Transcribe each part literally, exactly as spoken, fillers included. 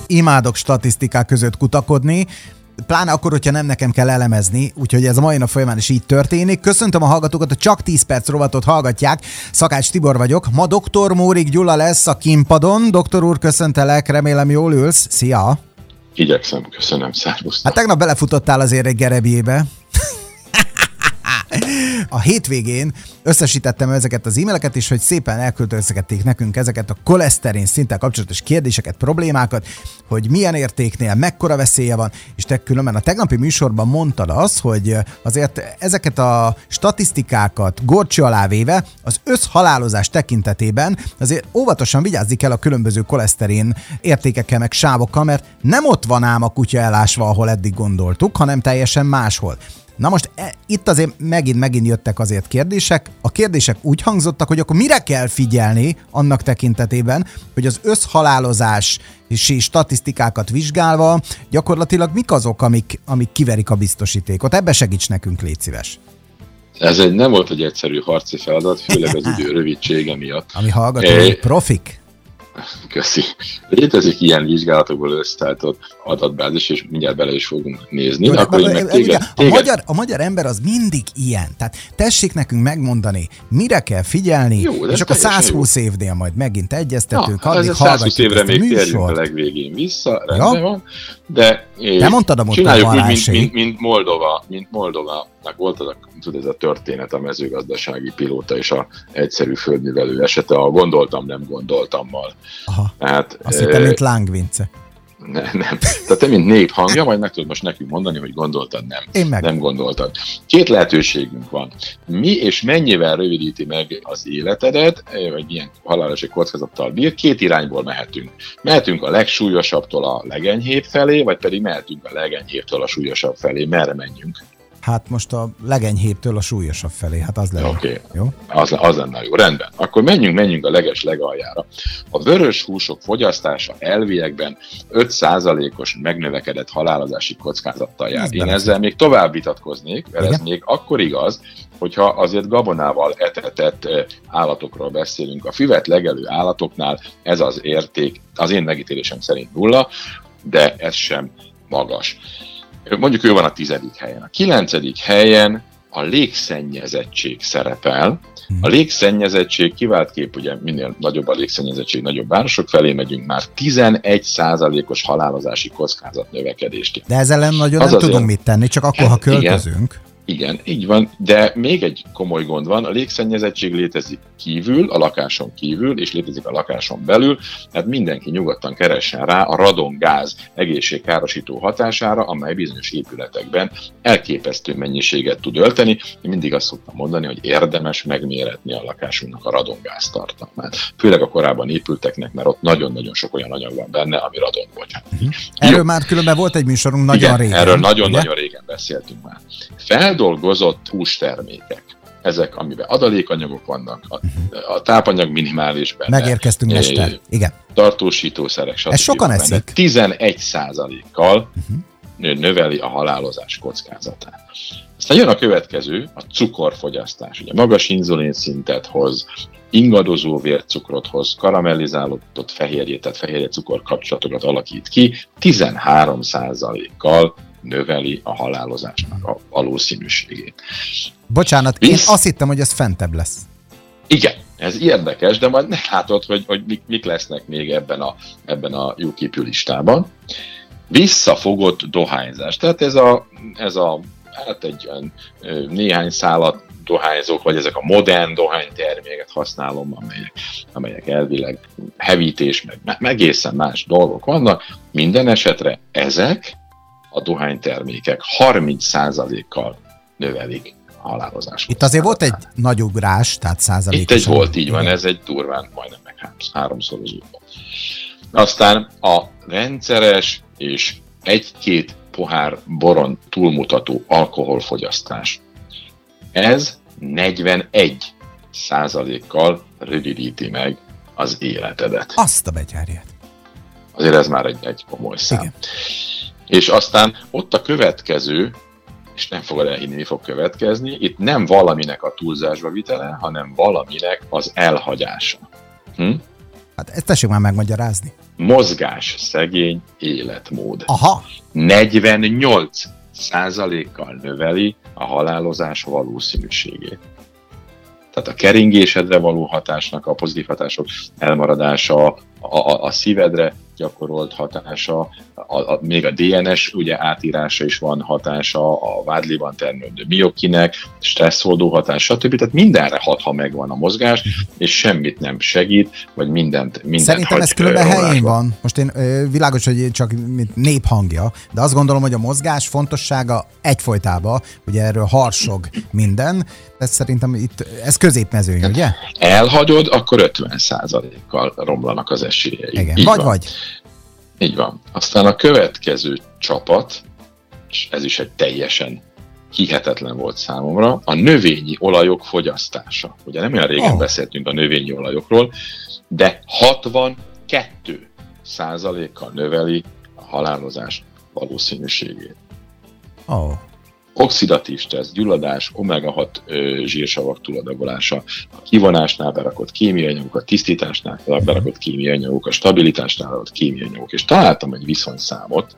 imádok statisztikák között kutakodni, pláne akkor, hogyha nem nekem kell elemezni, úgyhogy ez a mai nap folyamán is így történik. Köszöntöm a hallgatókat, a Csak tíz perc rovatot hallgatják. Szakács Tibor vagyok. Ma doktor Mórik Gyula lesz a kínpadon. Doktor úr, köszöntelek, remélem jól ülsz. Szia! Igyekszem, köszönöm, szervusztok. Hát tegnap belefutottál azért egy gerebjébe. A hétvégén összesítettem ezeket az e-maileket is, hogy szépen elköltöztették nekünk ezeket a koleszterin szinttel kapcsolatos kérdéseket, problémákat, hogy milyen értéknél, mekkora veszélye van, és te különben a tegnapi műsorban mondtad azt, hogy azért ezeket a statisztikákat górcső alá véve az összhalálozás tekintetében azért óvatosan vigyázni kell a különböző koleszterin értékekkel meg sávokkal, mert nem ott van ám a kutya elásva, ahol eddig gondoltuk, hanem teljesen máshol. Na most e, itt azért megint-megint jöttek azért kérdések. A kérdések úgy hangzottak, hogy akkor mire kell figyelni annak tekintetében, hogy az összhalálozási statisztikákat vizsgálva gyakorlatilag mik azok, amik, amik kiverik a biztosítékot. Ebbe segíts nekünk, légy szíves. Ez egy, nem volt egy egyszerű harci feladat, főleg az idő rövidsége miatt. Ami hallgatói profik? Köszi. Létezik ilyen vizsgálatokból összeállított adatbázis, és mindjárt bele is fogunk nézni. Jó, Akkor de, meg de, téged, a, téged... magyar, a magyar ember az mindig ilyen. Tehát tessék nekünk megmondani, mire kell figyelni, jó, és akkor százhúsz jó. évnél majd megint egyeztetünk, Na, addig százhúsz évre még térjünk a legvégén vissza, rendben ja. van. De te mondtad a csináljuk úgy, mint, mint, mint Moldova, mint Moldova. Volt az a, tudod, ez a történet, a mezőgazdasági pilóta és a egyszerű földművelő esete, a gondoltam, nem gondoltammal. Aha, hát, azt hittem, mint Láng Vince. Ne, nem. Tehát te, mint néphangja, majd meg tudod most nekünk mondani, hogy gondoltad, nem. Én meg. Nem gondoltad. Két lehetőségünk van. Mi és mennyivel rövidíti meg az életedet, vagy milyen halálosi kockázattal bír, két irányból mehetünk. Mehetünk a legsúlyosabbtól a legenyhébb felé, vagy pedig mehetünk a legenyhébbtől a súlyosabb felé. Merre menjünk? Hát most a legenyhébbtől a súlyosabb felé, hát az lenne. Oké, okay. Jó? Az, az lenne jó, rendben. Akkor menjünk, menjünk a leges legaljára. A vörös húsok fogyasztása elviekben öt százalékos megnövekedett halálozási kockázattal jár. Ez Én ezzel lesz. még tovább vitatkoznék, mert Igen? ez még akkor igaz, hogyha azért gabonával etetett állatokról beszélünk. A füvet legelő állatoknál ez az érték, az én megítélésem szerint nulla, de ez sem magas. Mondjuk ő van a tizedik helyen. A kilencedik helyen a légszennyezettség szerepel. A légszennyezettség kivált kép, ugye minél nagyobb a légszennyezettség, nagyobb városok felé megyünk, már tizenegy százalékos halálozási kockázat növekedést. De ezzel ellen nagyon az nem tudunk mit tenni, csak akkor, ha költözünk. Igen. Igen, így van, de még egy komoly gond van, a légszennyezettség létezik kívül, a lakáson kívül, és létezik a lakáson belül, tehát mindenki nyugodtan keressen rá a radongáz egészségkárosító hatására, amely bizonyos épületekben elképesztő mennyiséget tud ölteni. Én mindig azt szoktam mondani, hogy érdemes megméretni a lakásunknak a radongáz tartalmát. Főleg a korábban épülteknek, mert ott nagyon-nagyon sok olyan anyag van benne, ami radon volt. Uh-huh. Erről Jó. már különben volt egy műsorunk nagyon Igen, régen. erről nagyon-nagyon régen beszéltünk már. Feldolgozott hústermékek, ezek, amiben adalékanyagok vannak, a, a tápanyag minimális benne. Megérkeztünk, mester. Igen. Tartósítószerek, stb. Ezt sokan eszik. tizenegy százalékkal uh-huh. növeli a halálozás kockázatát. Aztán jön a következő, a cukorfogyasztás. Ugye magas inzulin szintet hoz, ingadozó vércukrot hoz, karamellizálódott fehérjét, tehát fehérje-cukor kapcsolatokat alakít ki, tizenhárom százalékkal növeli a halálozásnak a valószínűségét. Bocsánat, Visz... én azt hittem, hogy ez fentebb lesz. Igen, ez érdekes, de majd meglátod, hogy, hogy mik, mik lesznek még ebben a, ebben a jóképű listában. Visszafogott dohányzás. Tehát ez a, ez a hát egy olyan néhány szálat dohányzók, vagy ezek a modern dohányterméket használom, amelyek, amelyek elvileg hevítés, meg, meg egészen más dolgok vannak. Minden esetre ezek a dohánytermékek harminc százalékkal növelik a halálozás. Itt azért volt egy nagy ugrás, tehát százalékosan. Itt egy volt, így van, ez egy durván majdnem meg háromszorozóban. Aztán a rendszeres és egy-két pohár boron túlmutató alkoholfogyasztás. Ez negyvenegy százalékkal rövidíti meg az életedet. Azt a betyárját. Azért ez már egy, egy komoly szám. Igen. És aztán ott a következő, és nem fogod elhinni, mi fog következni, itt nem valaminek a túlzásba vitele, hanem valaminek az elhagyása. Hm? Hát ezt tessék már megmagyarázni. Mozgás szegény életmód. Aha. negyvennyolc százalékkal növeli a halálozás valószínűségét. Tehát a keringésedre való hatásnak a pozitív hatások elmaradása, a, a, a szívedre gyakorolt hatása, a, a, még a dé en es ugye átírása is van hatása, a vádliban termelődő miokinek, stresszoldó hatása, stb. Tehát mindenre hat, ha megvan a mozgás, és semmit nem segít, vagy mindent, mindent Szerintem hagy, ez különben rolásba. helyén van. Most én világos, hogy én csak mint néphangja, de azt gondolom, hogy a mozgás fontossága egyfolytában, ugye erről harsog minden, ez szerintem itt, ez középmezőny, ugye? Elhagyod, akkor ötven százalékkal romlanak az esélyei. Igen, Így vagy van. vagy. Így van. Aztán a következő csapat, és ez is egy teljesen hihetetlen volt számomra, a növényi olajok fogyasztása. Ugye nem olyan régen oh. beszéltünk a növényi olajokról, de hatvankettő százalékkal növeli a halálozás valószínűségét. Oh. Oxidatív stressz, gyulladás, omega hat ö, zsírsavak túladagolása, a kivonásnál berakott kémiai anyagok, a tisztításnál berakott kémiai anyagok, a stabilitásnál berakott kémiai anyagok. És találtam egy viszonyszámot,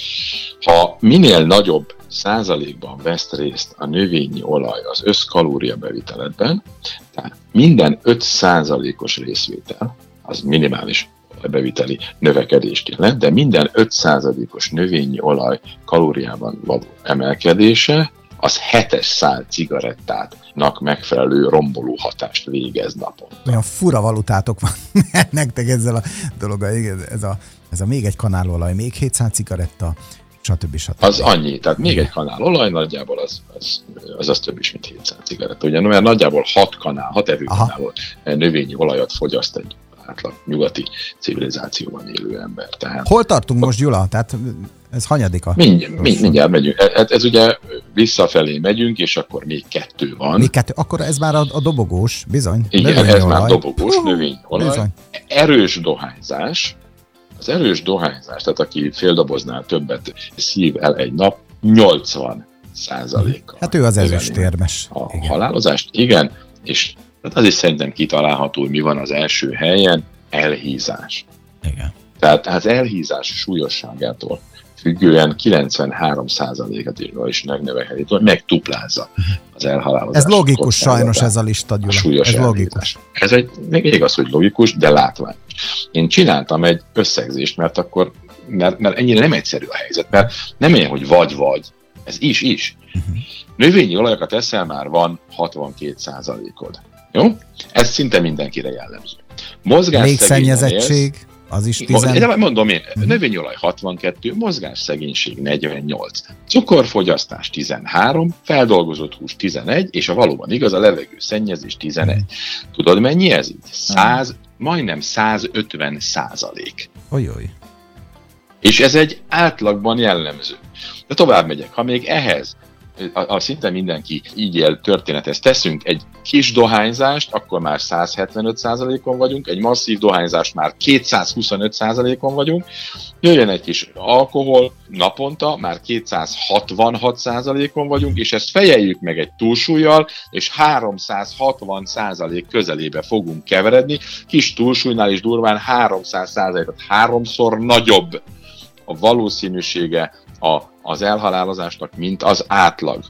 ha minél nagyobb százalékban vesz részt a növényi olaj az összkalória beviteletben, tehát minden öt százalékos részvétel, az minimális beviteli növekedést jelent, de minden öt százalékos növényi olaj kalóriában való emelkedése, az hetes szál cigarettának megfelelő romboló hatást végez naponta. Olyan fura valutátok van nektek ezzel a dologgal, ez a, ez a még egy kanálolaj, még hétszáz cigaretta, stb. stb. Az annyi, tehát még egy kanál olaj nagyjából az az, az, az több is, mint hétszáz cigaretta. Ugye, mert nagyjából hat kanál, hat evőkanál növényi olajat fogyaszt egy átlag nyugati civilizációban élő ember. Tehát, hol tartunk most, Gyula? Tehát ez hanyadika? Mindjárt, mind, mindjárt megyünk. Ez, ez ugye visszafelé megyünk, és akkor még kettő van. Még kettő? Akkor ez már a, a dobogós, bizony. Igen, növényolaj. ez már dobogós, uh, növényolaj. Bizony. Erős dohányzás. Az erős dohányzás, tehát aki fél doboznál többet szív el egy nap, nyolcvan százalékkal. Hát ő az ezüstérmes. A igen. halálozást, igen, és hát az is szerintem kitalálható, hogy mi van az első helyen, elhízás. Igen. Tehát az elhízás súlyosságától függően kilencvenhárom százalékot is megnövekheti, hogy megduplázza az elhalálozás. Ez logikus sajnos ez a lista, Gyula. A súlyos ez elhízás. logikus. Ez egy, még igaz, hogy logikus, de látványos. Én csináltam egy összegzést, mert akkor, mert, mert ennyire nem egyszerű a helyzet, mert nem ilyen, hogy vagy-vagy, ez is-is. Uh-huh. Növényi olajokat eszel, már van hatvankét százalékod. Jó? Ez szinte mindenkire jellemző. Légszennyezettség, az is tíz. De mondom én, uh-huh. növényolaj hatvankettő, mozgásszegénység negyvennyolc, cukorfogyasztás tizenhárom, feldolgozott hús tizenegy, és a valóban igaz, a levegő szennyezés tizenegy. Uh-huh. Tudod, mennyi ez így? száz, majdnem százötven százalék. Olyoj. És ez egy átlagban jellemző. De tovább megyek, ha még ehhez A, a szinte mindenki így él történethez teszünk egy kis dohányzást, akkor már százhetvenöt százalékon vagyunk, egy masszív dohányzást már kétszázhuszonöt százalékon vagyunk, jöjjön egy kis alkohol naponta, már kétszázhatvanhat százalékon vagyunk, és ezt fejeljük meg egy túlsúlyjal, és háromszázhatvan százalék közelébe fogunk keveredni, kis túlsúlynál is durván háromszáz százalékot, háromszor nagyobb a valószínűsége a, az elhalálozásnak, mint az átlag.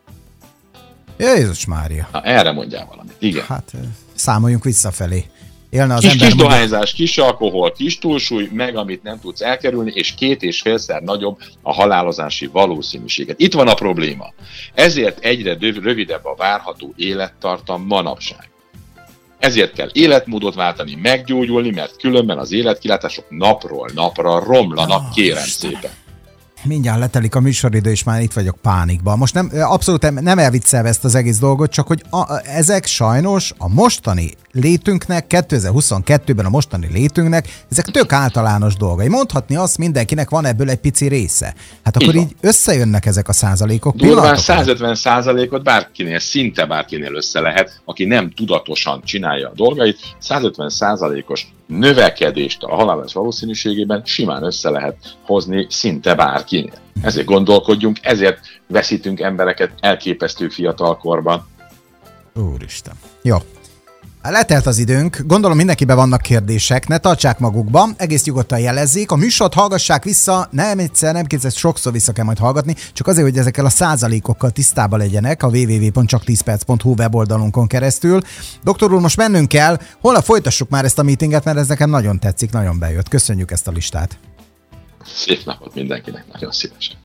Jézus Mária. Na, erre mondjál valamit. Igen. Hát számoljunk visszafelé. Élne az kis, ember kis mondja... dohányzás, kis alkohol, kis túlsúly, meg amit nem tudsz elkerülni, és két és félszer nagyobb a halálozási valószínűséget. Itt van a probléma. Ezért egyre rövidebb a várható élettartam manapság. Ezért kell életmódot váltani, meggyógyulni, mert különben az életkilátások napról napra romlanak, oh, kérem Isten. Szépen. Mindjárt letelik a műsoridő, és már itt vagyok pánikban. Most nem, abszolút nem elviccelve ezt az egész dolgot, csak hogy a, ezek sajnos a mostani létünknek, kétezer-huszonkettőben a mostani létünknek, ezek tök általános dolgai. Mondhatni azt, mindenkinek van ebből egy pici része. Hát akkor így, így összejönnek ezek a százalékok. Durván százötven százalékot bárkinél, szinte bárkinél össze lehet, aki nem tudatosan csinálja a dolgait, százötven százalékos növekedést a halálozás valószínűségében simán össze lehet hozni szinte bárkinél. Ezért gondolkodjunk, ezért veszítünk embereket elképesztő fiatalkorban. Úristen. Jó. Letelt az időnk, gondolom mindenkiben vannak kérdések, ne tartsák magukban, egész nyugodtan jelezzék, a műsort hallgassák vissza, nem egyszer, nem kétszer, sokszor vissza kell majd hallgatni, csak azért, hogy ezekkel a százalékokkal tisztában legyenek a double-u double-u double-u pont csak tíz perc pont hu weboldalunkon keresztül. Doktor úr, most mennünk kell, holnap folytassuk már ezt a meetinget, mert ez nekem nagyon tetszik, nagyon bejött. Köszönjük ezt a listát. Szép napot mindenkinek, nagyon szívesen.